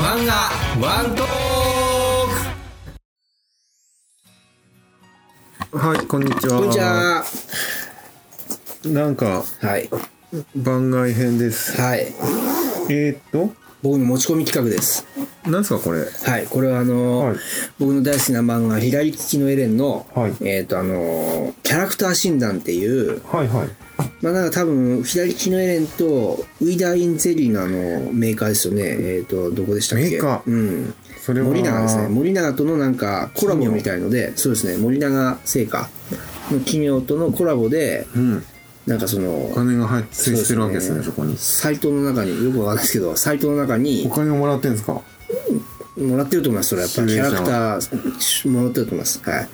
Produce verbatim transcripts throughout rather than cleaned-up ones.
漫画ワントーク。 はい、こんにちは。 こんにちは。 なんか、 はい。 番外編です。 はい。 えー、っと、 僕の持ち込み企画です。 なんすかこれ。 はい。これはあのーはい、 僕の大好きな漫画左利きのエレンの、 はい、 えー、っとあのー、キャラクター診断っていう、 はいはい。 まあなんか多分左利きのエレンとウィダーインゼリーのあのメーカーですよね。えー、っとどこでしたっけ？ メーカー。 うん。 それは森永ですね。森永とのなんかコラボみたいので、そうですね。森永製菓の企業とのコラボで、 うん。 なんかそのお金が入ってしてるわけですね、そこに。 サイトの中によくわかんないですけど、サイトの中にお金をもらってんですか？ もらってると思います。それはやっぱりキャラクターもらってると思います。はい。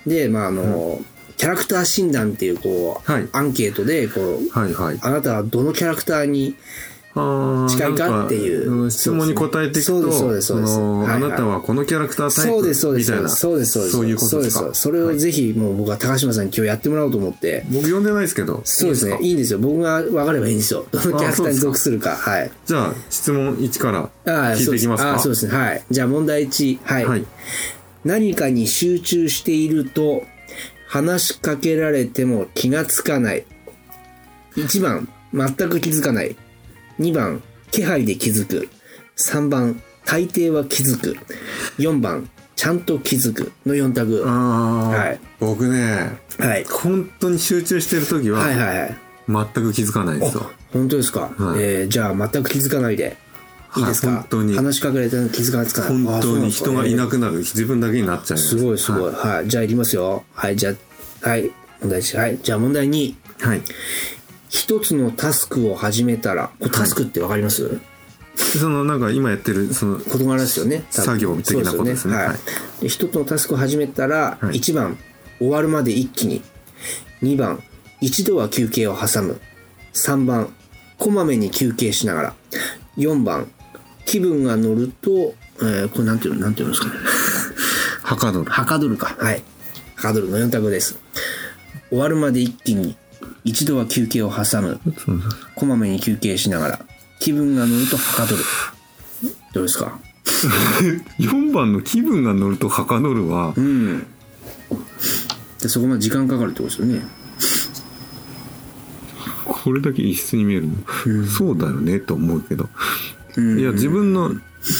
で、まああの、うん、キャラクター診断っていうこう、はい、アンケートでこう、はいはい、あなたはどのキャラクターに近いかっていう質問に答えていくと、そうですそうですそうです、はいはい、あなたはこのキャラクタータイプみたいな、 そうですそうですそういうことですか。そうです。それをぜひもう僕は高島さんに今日やってもらおうと思って。 僕読んでないですけど。 そうですね。いいんですよ。僕が分かればいいんですよ。どのキャラクターに属するか。はい。 じゃあ質問いちから聞いていきますか。 ああ、そうですね。はい。じゃあ問題いち、はい。はい、何かに集中していると話しかけられても気がつかない。いちばん全く気づかない。にばん気配で気づく。さんばん大抵は気づく。よんばんちゃんと気づくのよん択。 あ、はい、僕ね、はい、本当に集中してる時は、はいはいはい、全く気づかないですよ。 本当ですか、はい、えー、じゃあ全く気づかないでいいですか。 本当に話しかけられても気づかつかない。 本当に人がいなくなる、自分だけになっちゃう。 すごいすごい、はい、はい、じゃあいきますよ。はいじゃあはい問題いち、はい、じゃあ問題に、はい、一つのタスクを始めたら、これタスクってわかります？はい、 そのなんか今やってるその事柄ですよね。 作業的なことですね。はい。 で一つのタスクを始めたら、はい、いちばん終わるまで一気に、にばん一度は休憩を挟む、さんばんこまめに休憩しながら、よんばん気分が乗ると、えー、これなんていうのなんていうんですかね。 はかどる。 はかどるか。はい。はかどるのよん択です。終わるまで一気に、一度は休憩を挟む、こまめに休憩しながら、気分が乗るとはかどる。どうですか？ よんばんの気分が乗るとはかどるは、うん、 でそこまで時間かかるってことですよね。 これだけ異質に見えるの、うん、そうだよねと思うけど、うん、いや自分の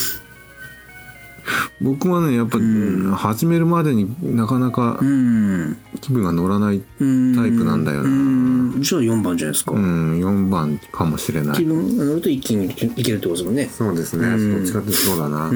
僕はねやっぱ、うん、始めるまでになかなか気分が乗らないタイプなんだよな。 うんうん、じゃあよんばんじゃないですか。 うん、よんばんかもしれない。 気分が乗ると一気にいけるってことですもんね。 そうですね、うん、どっちかってそうだな。 うん、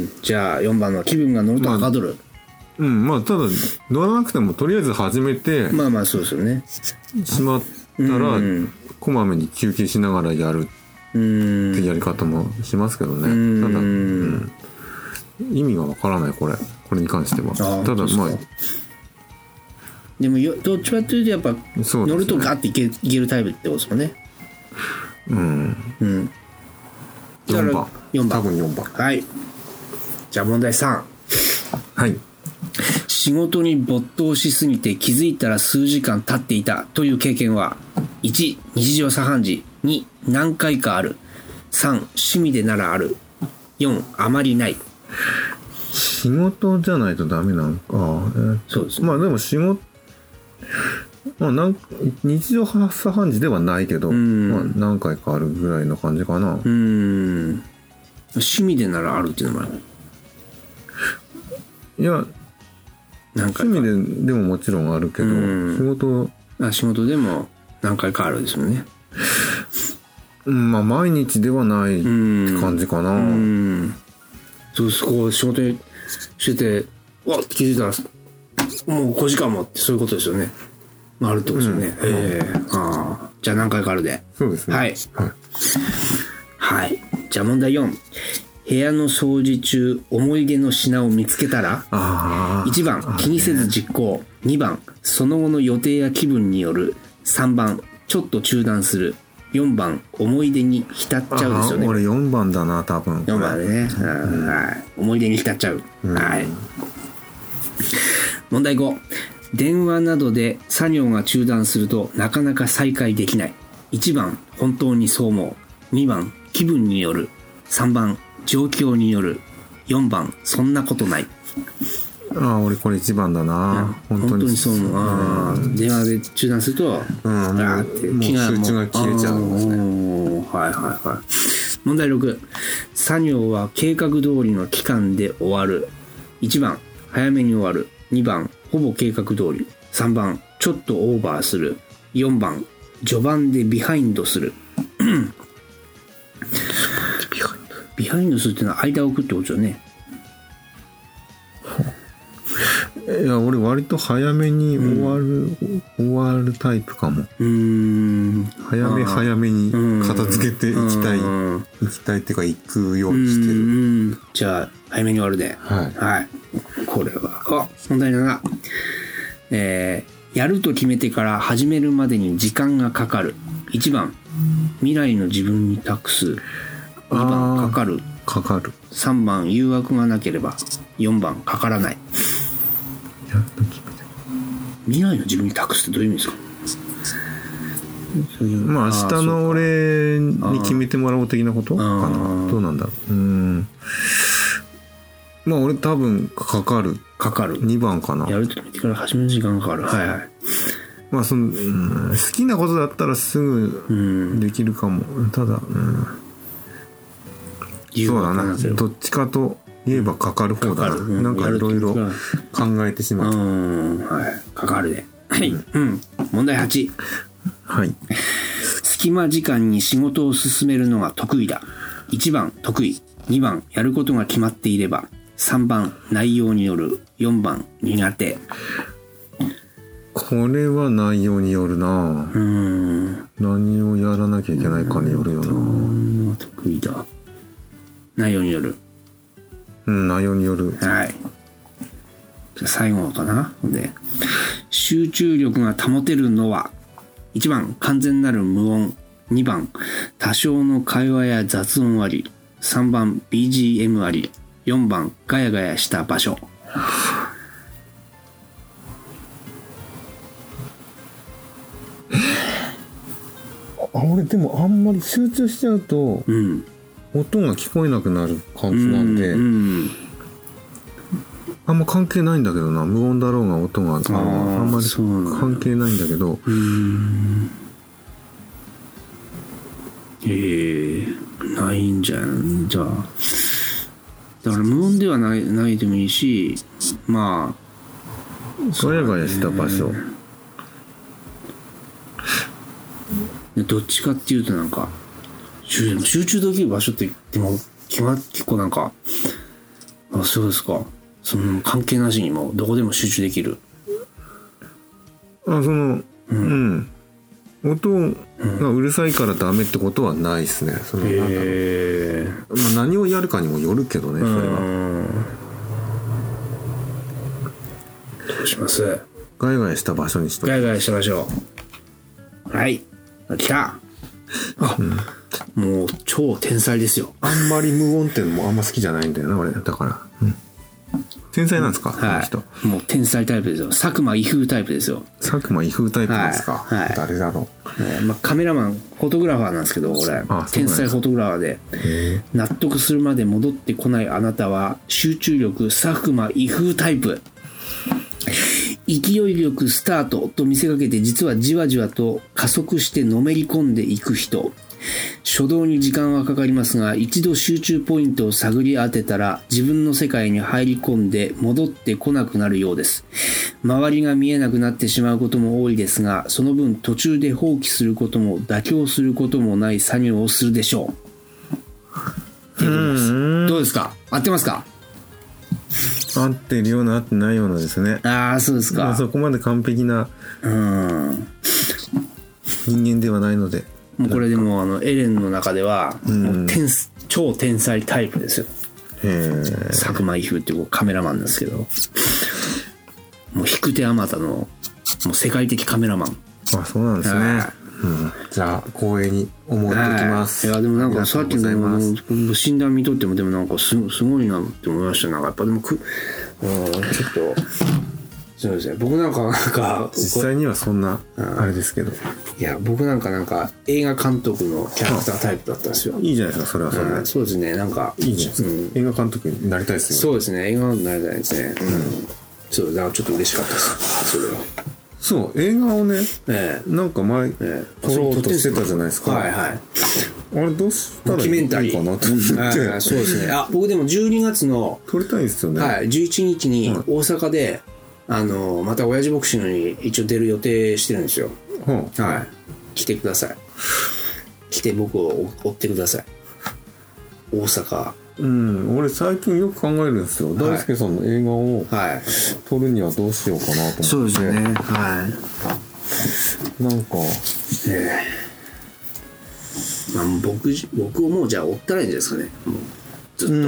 じゃあよんばんの気分が乗るとはかどる、 まあ、うんまあただ乗らなくてもとりあえず始めてまあまあそうですよねしまったら、うん、こまめに休憩しながらやるってやり方もしますけどね。うんただ、うん意味がわからないこれこれに関しては。ただまあでもよどっちかというとやっぱ、ね、乗るとガッていけ、いけるタイプってことですもんね。 うんうんよんばんよんばん多分よんばん。 はいじゃあ問題さん。 はい仕事に没頭しすぎて気づいたら数時間経っていたという経験は、いち日常茶飯事、に何回かある、さん趣味でならある、よんあまりない。 仕事じゃないとダメなのか。えー、 そうですね。 まあでも仕事、まあ、なん日常茶飯事ではないけど、まあ、何回かあるぐらいの感じかな。 うん。趣味でならあるっていうのもある。 いや、趣味ででももちろんあるけど、仕事あ仕事でも何回かあるですよね。 うん、まあ毎日ではないって感じかな。うんうんそうそこ仕事しててわっ気づいたらもうごじかんもってそういうことですよね。あるってことですよね。うん、えー、あじゃあ何回かあるで。 そうですね。 はい、はい、はい、じゃあ問題よん。部屋の掃除中思い出の品を見つけたら、いちばん気にせず実行、にばんその後の予定や気分による、さんばんちょっと中断する、よんばん思い出に浸っちゃうですよね。 俺よんばんだな多分。 よんばんでね、うん、はい、思い出に浸っちゃう、うん、はい。問題ご。電話などで作業が中断するとなかなか再開できない。いちばん本当にそう思う、にばん気分による、さんばん状況による。よんばんそんなことない。 ああ俺これいちばんだな。本当に本当にそう思う。ああ、電話で中断すると、 うん、 あーってもう気が集中が切れちゃうんですね。 はいはいはい。問題ろく、作業は計画通りの期間で終わる。いちばん早めに終わる。にばんほぼ計画通り。さんばんちょっとオーバーする。よんばん序盤でビハインドする。ビハインドするっていうのは間を置くってことですよね。 いや俺割と早めに終わる、うん、終わるタイプかも。 うーん早め早めに片付けていきたい行きたいっていうか行くようにしてる。 うんじゃあ早めに終わるで。 はい、 はい、これはあ問題なな、えー、やると決めてから始めるまでに時間がかかる。いちばん未来の自分に託す。にばんかかるかかる。 さんばん誘惑がなければ。よんばんかからない。 やっと決めて未来の自分に託すってどういう意味ですか？ まあ明日の俺に決めてもらおう的なことかな。どうなんだろう。うーんまあ俺多分かかるかかるにばんかな。 やると決めてから始める時間がかかる。はいはい。 まあその、うん、好きなことだったらすぐできるかも。ただ、うん、そうだな。どっちかと言えばかかる方だな。うん、なんかいろいろ考えてしまう。 うんはい。かかるで。はい。うん。問題はち。 はい。 隙間時間に仕事を進めるのが得意だ。いちばん得意。にばんやることが決まっていれば。さんばん内容による。よんばん苦手。 これは内容によるな。うん。何をやらなきゃいけないかによるよな。 得意だ。内容による。 うん、内容による。 はい。じゃあ最後かな。で、集中力が保てるのは、いちばん完全なる無音。にばん多少の会話や雑音あり。さんばん ビージーエム あり。よんばんガヤガヤした場所。 あ俺でもあんまり集中しちゃうと、うん、音が聞こえなくなる感じなんで、うんうん、あんま関係ないんだけどな。無音だろうが音が あ, あ, あんまり関係ないんだけど。うーんえー、ないんじゃん。じゃあだから無音ではない、ないでもいいし、まあガヤガヤした場所。 どっちかっていうとなんか集中できる場所ってでも結構なんかあそうですか。その関係なしにもどこでも集中できる。 あそのうん、うん音がうるさいからダメってことはないですね。そのなんだろう、えーまあ、何をやるかにもよるけどね。それはどうします？ ガヤガヤした場所にしとく。 ガヤガヤした場所。はい来た。あ、うん、もう超天才ですよ。 あんまり無音ってのもあんま好きじゃないんだよな俺。だから、うん、天才なんですか、うん、 はい、この人。もう天才タイプですよ。佐久間伊風タイプですよ。 佐久間伊風タイプですか、はいはい、誰だろう、 えーまあ、カメラマンフォトグラファーなんですけど俺天才フォトグラファーで納得するまで戻ってこないあなたは集中力佐久間伊風タイプ。勢いよくスタートと見せかけて実はじわじわと加速してのめり込んでいく人。初動に時間はかかりますが一度集中ポイントを探り当てたら自分の世界に入り込んで戻ってこなくなるようです。周りが見えなくなってしまうことも多いですがその分途中で放棄することも妥協することもない作業をするでしょう。うどうですか？合ってますか？ 合ってるような合ってないようなですね。 ああそうですか。 そこまで完璧なうん人間ではないので。 もうこれでもあのエレンの中ではもう天、うん、超天才タイプですよ。佐久間伊風っていうカメラマンですけどもう引く手あまたのもう世界的カメラマン。 あそうなんですね、うん、じゃあ光栄に思っておきます。 いやでもなんかさっきの診断見とってもでもなんか す, すごいなって思いました。なんかやっぱでもく、うん、ちょっとそうですね僕なんかなんか実際にはそんなあれですけどいや僕なんかなんか映画監督のキャラクタータイプだったんですよ。 いいじゃないですかそれはそれで、 うん、そうですねなんかいいじゃないですか、うん、映画監督になりたいですよ。 そうですね映画監督になりたいですね、うん、そうだからちょっと嬉しかったですそれは。 そう映画をね、 ええ、 なんか前、ええ、撮ろうとしてたじゃないですか。はいはい。あれどうしたらいいかなと思って、 うん、そうですね。あ僕でもじゅうにがつの撮りたいんですよね。 はいじゅういちにちに大阪で、はい、あのまた親父牧師のに一応出る予定してるんですよ。はあ、はい来てください。来て僕を追ってください。大阪。 うん俺最近よく考えるんですよ、はい、大輔さんの映画を撮るにはどうしようかなと思って。 そうですねはいなんかええまあ僕僕をもうじゃあ追ったらいいんじゃないですかね。もうずっと、うん、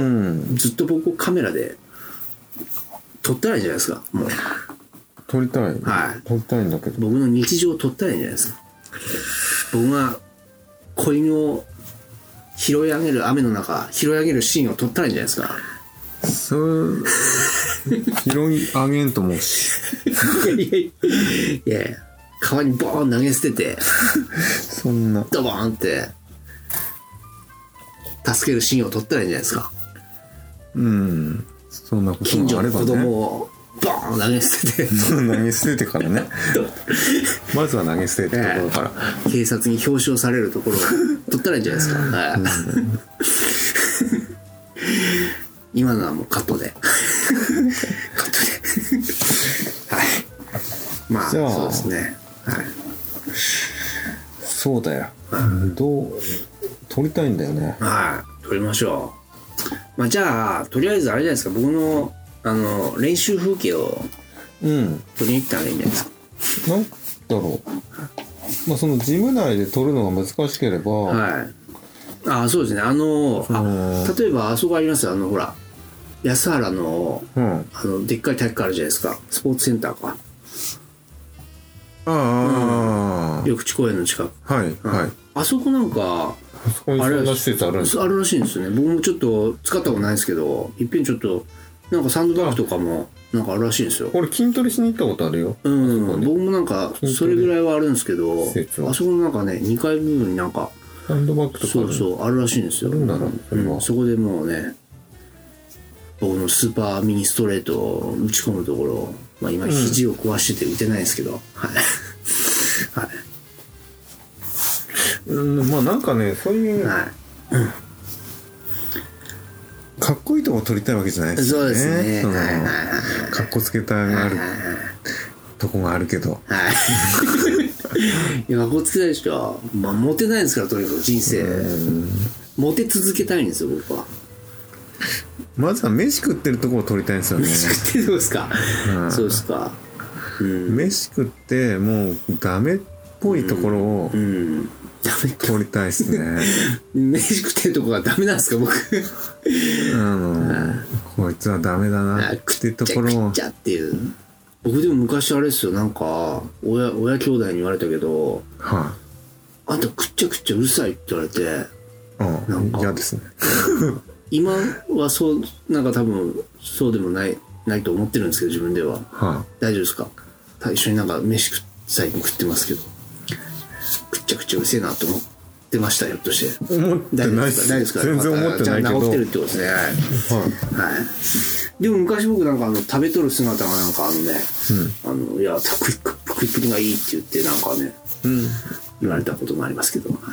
ずっと僕をカメラで撮ったらいいんじゃないですか。もう撮りたい、はい、撮りたいんだけど僕の日常を撮ったらいいんじゃないですか。僕が子犬を拾い上げる雨の中拾い上げるシーンを撮ったらいいんじゃないですか。 そう拾い上げんともうしいやいやいや川にボーン投げ捨ててそんなドボーンって助けるシーンを撮ったらいいんじゃないですか。 うんそんなこともあればね。近所の子供をボーン投げ捨てて投げ捨ててからねまずは投げ捨てってところから、 えー、警察に表彰されるところを撮ったらいいんじゃないですか、はい、今のはもうカットでカットではいまあそうですねはいそうだよ、うん、どう撮りたいんだよね。 はい撮りましょう。まあじゃあとりあえずあれじゃないですか僕のあの練習風景を撮りに行ったらいいんじゃないですか、 うん、なんだろうまあそのジム内で撮るのが難しければはいああそうですねあのあ例えばあそこありますよあのほら安原の、うん、あのでっかい体育館あるじゃないですかスポーツセンターかああ、 うん、緑地公園の近くはい、うん、はいあそこなんかあそこにそんな施設あるんですか。 あるらしいんですよね。僕もちょっと使ったことないですけどいっぺんちょっとなんかサンドバッグとかもなんかあるらしいんですよ。 俺筋トレしに行ったことあるよ。 うん僕もなんかそれぐらいはあるんですけどあそこのなんかねにかい部分になんかサンドバッグとかそうそうあるらしいんですよ。あるんだな、うん、そこでもうね僕のスーパーミニストレートを打ち込むところ、まあ、今肘を壊してて打てないですけど、うん、はいはいうんまあなんかねそういう、はいうんかっこいいとこ撮りたいわけじゃないですよね。そうですね。そのはいはいはい、かっこつけたがある、はいはいはい、とこがあるけど。はい。 いやかっこつけたいでしょ。まあモテないですからとにかく人生。モテ続けたいんですよ僕は。 まずは飯食ってるとこを撮りたいんですよね。 飯食ってるとこですか。うん、そうですか。 うん、飯食ってもうダメっぽいところを。うんうん撮りたいですね。 飯食ってるとこがダメなんですか僕。 あのこいつはダメだなってところを食っちゃっていう。僕でも昔あれですよなんか親親兄弟に言われたけど、はあ、あんたくっちゃくっちゃうるさいって言われて、 ああなんか嫌ですね。 今はそうなんか多分そうでもないないと思ってるんですけど自分では、はあ、大丈夫ですか。一緒になんか飯食最近食ってますけど。くっちゃくちゃうるせえなと思ってましたよひょっとして。 思ってないです大丈夫ですか。 全然思ってないけど。 治ってるってことですね。はい。はい、でも昔僕なんかあの食べとる姿がなんかあのね、うん、あのいや食い食いっぷりがいいって言ってなんかね、うん、言われたこともありますけど、はい。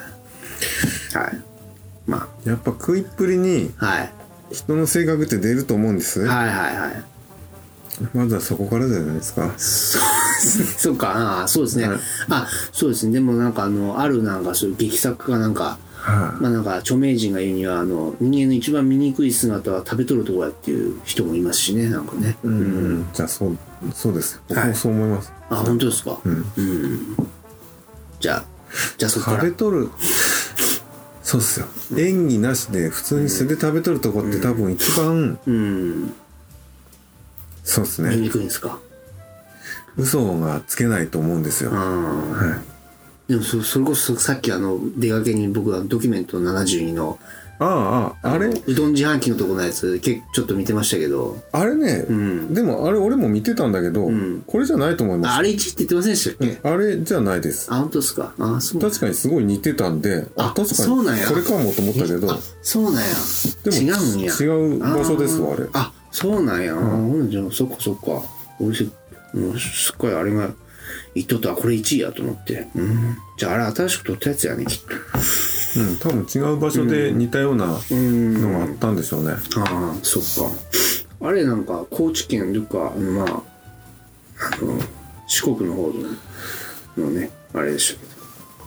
はい、まあやっぱ食いっぷりに人の性格って出ると思うんです。 はいはいはい。 まずはそこからじゃないですか。 そうかあそうですね、はい、あそうですね。でもなんかあのあるなんかそういう劇作家なんか、はい、まあなんか著名人が言うにはあの人間の一番醜い姿は食べとるところやっていう人もいますしねなんかね。うん、うん、 じゃあそうそうです僕もそう思います。 はい、あ本当ですか。うん、うん、じゃあじゃあそこから食べとるそうっすよ、うん、演技なしで普通に素で食べとるとこって多分一番、うん、うんそうですね。 見にくいんですか。 嘘がつけないと思うんですよ。はい、 でも そ, それこそさっきあの出かけに僕はドキュメントななじゅうにのあああれうどん自販機のとこのやつ結構ちょっと見てましたけど、 あれね、うん、でもあれ俺も見てたんだけど、うん、これじゃないと思います。 あれいちって言ってませんでしたっけ、 うん、あれじゃないです。 あ、本当ですか。あ、そう。 確かにすごい似てたんで、あ、確かにそうなんや、 これかもと思ったけど、 あ、そうなんや、でも違うんや、 違う場所ですわあれ。 あ、そうなんや、うん、じゃあそっかそっか、俺しもうすっごいあれが言っとったらこれいちいやと思って、うん、じゃああれ新しく撮ったやつやねきっと。 うん、多分違う場所で似たようなのがあったんでしょうね。 うん、ああ、そっか。あれなんか高知県とか、まあ、あの四国の方のね、あれでしたけ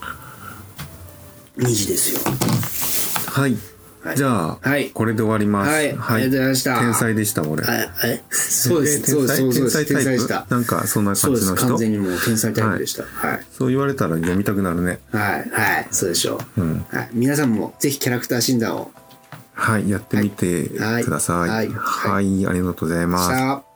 ど、虹ですよ。 はい。はい、じゃあ、はい、これで終わります。 はい。はい、ありがとうございました。 天才でした、俺。 あ、えそうです。そうです。そうです。天才でした。 なんか、そんな感じの人。 完全にもう天才タイプでした。はい。はい、 そう言われたら読みたくなるね。 はい。はい。そうでしょう。うん。はい。皆さんもぜひキャラクター診断を。 はい。やってみてください。はい。はい。はい、ありがとうございます。